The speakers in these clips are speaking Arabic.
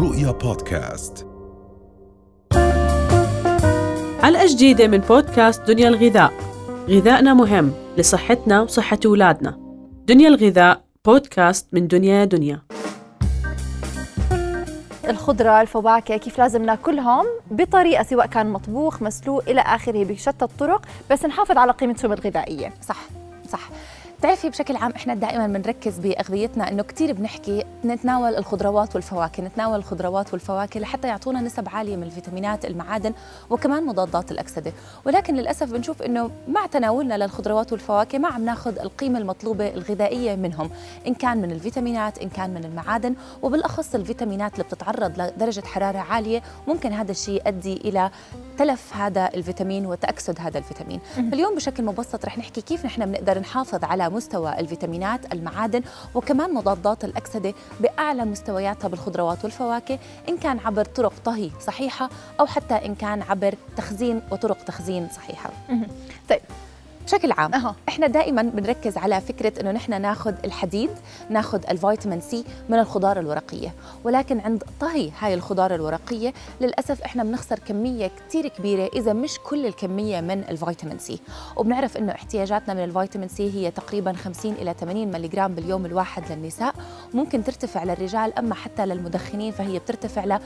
رؤيا بودكاست. حلقة جديدة من بودكاست دنيا الغذاء. غذائنا مهم لصحتنا وصحة أولادنا. دنيا الغذاء بودكاست من دنيا. الخضرة، الفواكه، كيف لازم ناكلهم بطريقة سواء كان مطبوخ، مسلوق إلى آخره بشتى الطرق، بس نحافظ على قيمتهم الغذائية. صح. بتعرفي بشكل عام احنا دائما بنركز باغذيتنا انه كثير بنحكي نتناول الخضروات والفواكه لحتى يعطونا نسب عاليه من الفيتامينات، المعادن، وكمان مضادات الاكسده، ولكن للاسف بنشوف انه مع تناولنا للخضروات والفواكه ما عم ناخذ القيمه المطلوبه الغذائيه منهم، ان كان من الفيتامينات، ان كان من المعادن، وبالاخص الفيتامينات اللي بتتعرض لدرجه حراره عاليه ممكن هذا الشيء يؤدي الى تلف هذا الفيتامين وتاكسد هذا الفيتامين. فاليوم بشكل مبسط رح نحكي كيف نحن بنقدر نحافظ على مستوى الفيتامينات، المعادن، وكمان مضادات الأكسدة بأعلى مستوياتها بالخضروات والفواكه، إن كان عبر طرق طهي صحيحة أو حتى إن كان عبر تخزين وطرق تخزين صحيحة. طيب بشكل عام احنا دائما بنركز على فكره انه نحن ناخذ الحديد، ناخذ الفيتامين سي من الخضار الورقيه، ولكن عند طهي هاي الخضار الورقيه للاسف احنا بنخسر كميه كثير كبيره اذا مش كل الكميه من الفيتامين سي، وبنعرف انه احتياجاتنا من الفيتامين سي هي تقريبا 50 الى 80 ملغ باليوم الواحد للنساء، ممكن ترتفع للرجال، اما حتى للمدخنين فهي بترتفع ل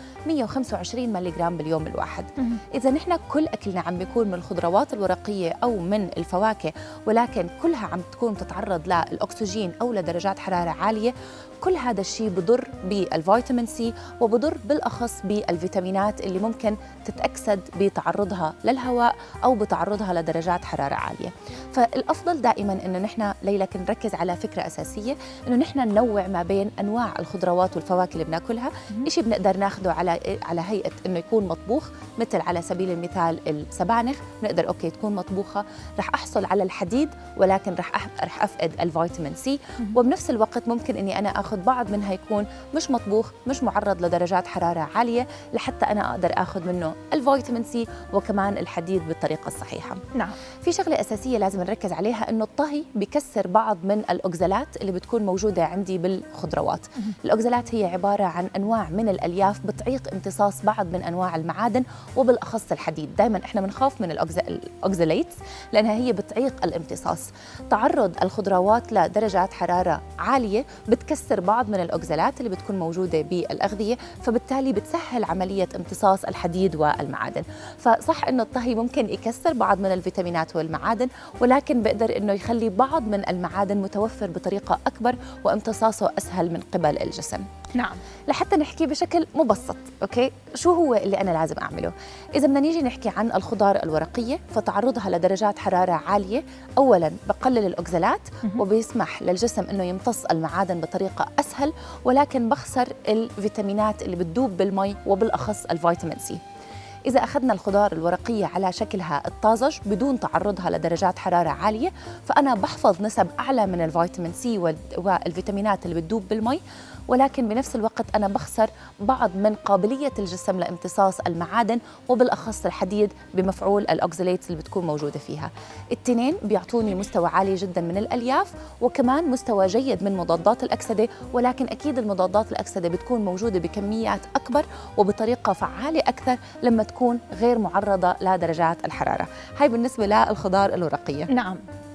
125 ملغ باليوم الواحد. اذا نحن كل اكلنا عم بيكون من الخضروات الورقيه او من الفواكه ولكن كلها عم تكون تتعرض للأكسجين أو لدرجات حرارة عالية، كل هذا الشيء بضر بالفيتامين سي وبضر بالأخص بالفيتامينات اللي ممكن تتأكسد بتعرضها للهواء أو بتعرضها لدرجات حرارة عالية. فالأفضل دائما إنه نحن ليلك نركز على فكرة أساسية، إنه نحن ننوع ما بين أنواع الخضروات والفواكه اللي بناكلها. إشي بنقدر ناخده على هيئة إنه يكون مطبوخ، مثل على سبيل المثال السبانخ بنقدر أوكي تكون مطبوخة، رح أحصل على الحديد ولكن رح أفقد الفيتامين سي، وبنفس الوقت ممكن إني أنا أخذ بعض منها يكون مش مطبوخ، مش معرض لدرجات حرارة عالية، لحتى أنا أقدر أخذ منه الفيتامين سي وكمان الحديد بالطريقة الصحيحة. نعم. في شغلة أساسية لازم نركز عليها، إنه الطهي بيكسر بعض من الأوكزالات اللي بتكون موجودة عندي بالخضروات. الأوكزالات هي عبارة عن أنواع من الألياف بتعيق امتصاص بعض من أنواع المعادن وبالأخص الحديد. دائما إحنا بنخاف من الأوكزاليتس لأنها هي بتعيق الامتصاص. تعرض الخضروات لدرجات حرارة عالية بتكسر بعض من الأوكزالات اللي بتكون موجودة بالأغذية، فبالتالي بتسهل عملية امتصاص الحديد والمعادن. فصح إنه الطهي ممكن يكسر بعض من الفيتامينات والمعادن، ولكن بقدر إنه يخلي بعض من المعادن متوفر بطريقة أكبر وامتصاصه أسهل من قبل الجسم. نعم. لحتى نحكي بشكل مبسط، أوكي، شو هو اللي أنا لازم أعمله؟ إذا بدنا نيجي نحكي عن الخضار الورقية فتعرضها لدرجات حرارة عالية، أولاً بقلل الأوكزالات وبيسمح للجسم إنه يمتص المعادن بطريقة أسهل، ولكن بخسر الفيتامينات اللي بتدوب بالمي وبالأخص الفيتامين سي. إذا أخذنا الخضار الورقية على شكلها الطازج بدون تعرضها لدرجات حرارة عالية، فأنا بحفظ نسب أعلى من الفيتامين سي والفيتامينات اللي بتدوب بالمي، ولكن بنفس الوقت أنا بخسر بعض من قابلية الجسم لامتصاص المعادن وبالأخص الحديد بمفعول الأوكزاليتس اللي بتكون موجودة فيها. التنين بيعطوني مستوى عالي جدا من الألياف وكمان مستوى جيد من مضادات الأكسدة، ولكن أكيد المضادات الأكسدة بتكون موجودة بكميات أكبر وبطريقة فعالة أكثر لما تكون غير معرضة لدرجات الحرارة. هاي بالنسبة للخضار الورقية. نعم.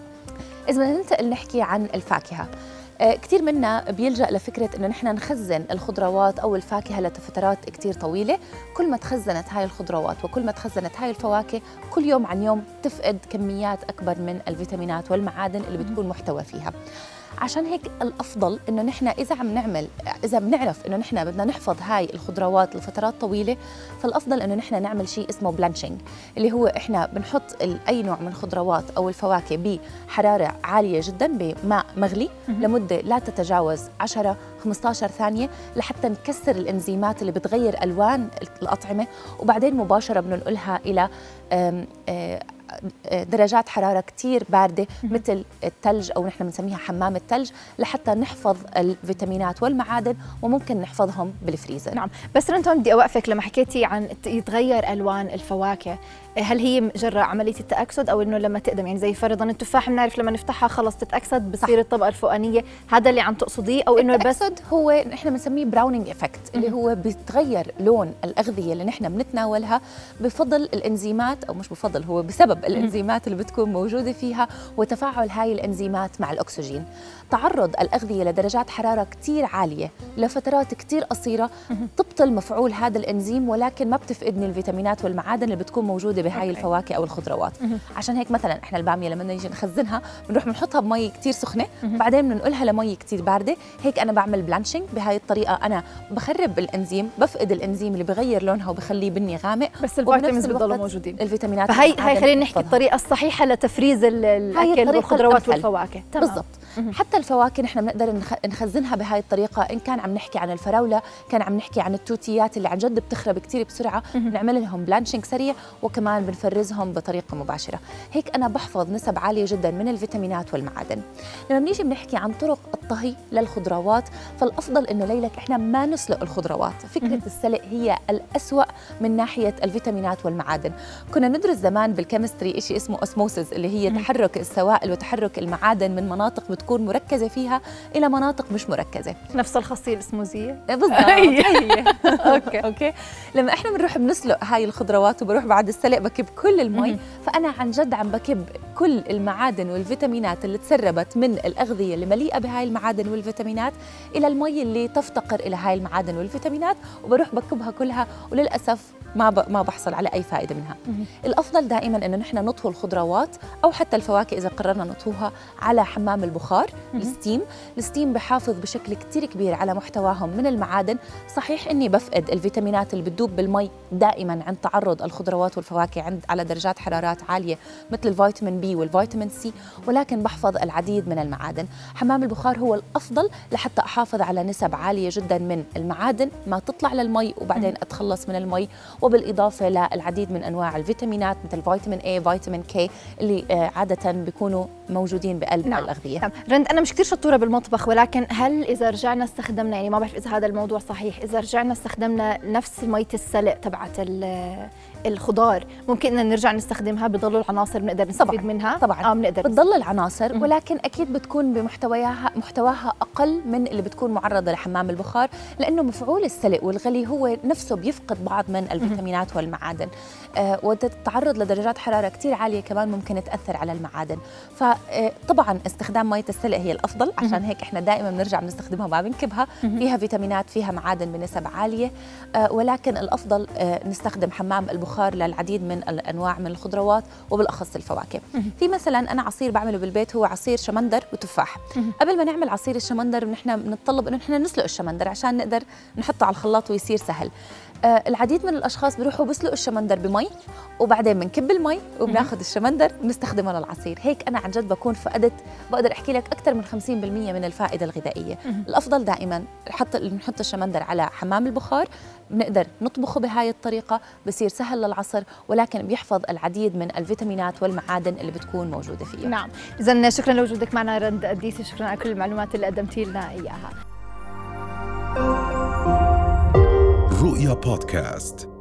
إذا بدنا ننتقل نحكي عن الفاكهة، كثير منا بيلجأ لفكرة إنه نحن نخزن الخضروات أو الفاكهة لفترات كثير طويلة. كل ما تخزنت هاي الخضروات وكل ما تخزنت هاي الفواكه كل يوم عن يوم تفقد كميات أكبر من الفيتامينات والمعادن اللي بتكون محتوى فيها. عشان هيك الأفضل إنه نحن إذا بنعرف إنه نحن بدنا نحفظ هاي الخضروات لفترات طويلة، فالأفضل إنه نحن نعمل شيء اسمه بلانشينج، اللي هو إحنا بنحط أي نوع من الخضروات أو الفواكه بحرارة عالية جدا بماء مغلي لمدة لا تتجاوز 10-15 ثانية لحتى نكسر الإنزيمات اللي بتغير ألوان الأطعمة، وبعدين مباشرة بننقلها إلى درجات حرارة كتير باردة مثل الثلج أو نحن بنسميها حمام الثلج لحتى نحفظ الفيتامينات والمعادن وممكن نحفظهم بالفريزر. نعم، بس رنتون بدي أوقفك لما حكيتي عن يتغير ألوان الفواكه. هل هي مجرد عملية التأكسد أو إنه لما تقدم، يعني زي فرضاً التفاح بنعرف لما نفتحها خلص تتأكسد بصير الطبقة الفوقانية، هذا اللي عم تقصديه؟ أو إنه بس التأكسد هو إحنا بنسميه براونينج إفكت، اللي هو بيتغير لون الأغذية اللي نحن بنتناولها بفضل الإنزيمات، أو مش بفضل، هو بسبب الإنزيمات اللي بتكون موجودة فيها وتفاعل هاي الإنزيمات مع الأكسجين. تعرض الأغذية لدرجات حرارة كتير عالية لفترات كتير قصيرة تبطل مفعول هذا الإنزيم، ولكن ما بتفقدني الفيتامينات والمعادن اللي بتكون موجودة بهاي الفواكه أو الخضروات. عشان هيك مثلا إحنا البامية لما نيجي نخزنها بنروح بنحطها بمي كتير سخنة، بعدين بننقلها لمي كتير باردة. هيك أنا بعمل بلانشينج بهاي الطريقة، أنا بخرب الإنزيم، بفقد الإنزيم اللي بغير لونها وبخليه بني غامق، بس الفيتامينز بتضلوا موجودين. الفيتامينات هاي خلينا نحكي الطريقة الصحيحة لتفريز الأكل والخضروات والفواكه. بالضبط. حتى الفواكه نحن بنقدر نخزنها بهاي الطريقة. إن كان عم نحكي عن الفراولة، كان عم نحكي عن التوتيات اللي عن جد بتخرب كتير بسرعة، بنعمل لهم بلانشينج سريع وكمان بنفرزهم بطريقة مباشرة. هيك أنا بحفظ نسب عالية جدا من الفيتامينات والمعادن. لما بنيجي بنحكي عن طرق الطهي للخضروات، فالأفضل إنه ليلك إحنا ما نسلق الخضروات. فكرة السلق هي الأسوأ من ناحية الفيتامينات والمعادن. كنا ندرس زمان بالكيمستري إشي اسمه أسموسيس، اللي هي تحرك السوائل وتحرك المعادن من مناطق بتكون مركزة فيها إلى مناطق مش مركزة. نفس الخاصية السموزية بالضبط. أوكي. لما إحنا بنروح بنسلق هاي الخضروات وبروح بعد السلق بكب كل المي، فأنا عن جد عم بكب كل المعادن والفيتامينات اللي تسربت من الأغذية اللي مليئة بهاي المعادن والفيتامينات إلى المي اللي تفتقر إلى هاي المعادن والفيتامينات، وبروح بكبها كلها، وللأسف ما بحصل على أي فائدة منها. الأفضل دائما إنه نحن نطهو الخضروات أو حتى الفواكه إذا قررنا نطهوها على حمام البخار، الستيم بحافظ بشكل كتير كبير على محتواهم من المعادن. صحيح إني بفقد الفيتامينات اللي بتدوب بالمي دائما عند تعرض الخضروات والفواكه على درجات حرارات عالية مثل الفيتامين بي والفيتامين سي، ولكن بحفظ العديد من المعادن. حمام البخار هو الأفضل لحتى أحافظ على نسب عالية جدا من المعادن ما تطلع للمي وبعدين أتخلص من المي، وبالإضافة للعديد من أنواع الفيتامينات مثل فيتامين A، فيتامين K اللي عادة بيكونوا موجودين بقلب الأغذية. رند، أنا مش كتير شطورة بالمطبخ، ولكن هل إذا رجعنا استخدمنا، يعني ما بعرف إذا هذا الموضوع صحيح، إذا رجعنا استخدمنا نفس مية السلق تبعت الخضار ممكن إن نرجع نستخدمها؟ بضل العناصر بنقدر نستفيد منها؟ طبعا بنقدر بتضل العناصر، ولكن أكيد بتكون محتواها أقل من اللي بتكون معرضة لحمام البخار، لأنه مفعول السلق والغلي هو نفسه بيفقد بعض من الفيتامينات والمعادن، وتتعرض لدرجات حرارة كتير عالية كمان ممكن تأثر على المعادن. فطبعا استخدام مية السلق هي الأفضل، عشان هيك إحنا دائما بنرجع بنستخدمها ما بنكبها، فيها فيتامينات فيها معادن بنسب عالية، ولكن الأفضل نستخدم حمام البخار للعديد من الأنواع من الخضروات وبالأخص الفواكه. في مثلا أنا عصير بعمله بالبيت، هو عصير شمندر وتفاح. قبل ما نعمل عصير الشمندر نحن بنطلب إنه نحن نسلق الشمندر عشان نقدر نحطه على الخلاط ويصير سهل. العديد من الأشخاص بيروحوا بيسلقوا الشمندر بمي وبعدين بنكب المي وبناخذ الشمندر ونستخدمه للعصير. هيك أنا عن جد بكون فقدت، بقدر أحكي لك أكثر من 50% من الفائدة الغذائية. الأفضل دائما نحط الشمندر على حمام البخار، بنقدر نطبخه بهاي الطريقة، بصير سهل للعصر، ولكن بيحفظ العديد من الفيتامينات والمعادن اللي بتكون موجودة فيه. نعم، إذن شكرا لوجودك معنا رند قديسي، شكرا على كل المعلومات اللي قدمتي لنا إياها. رؤيا بودكاست.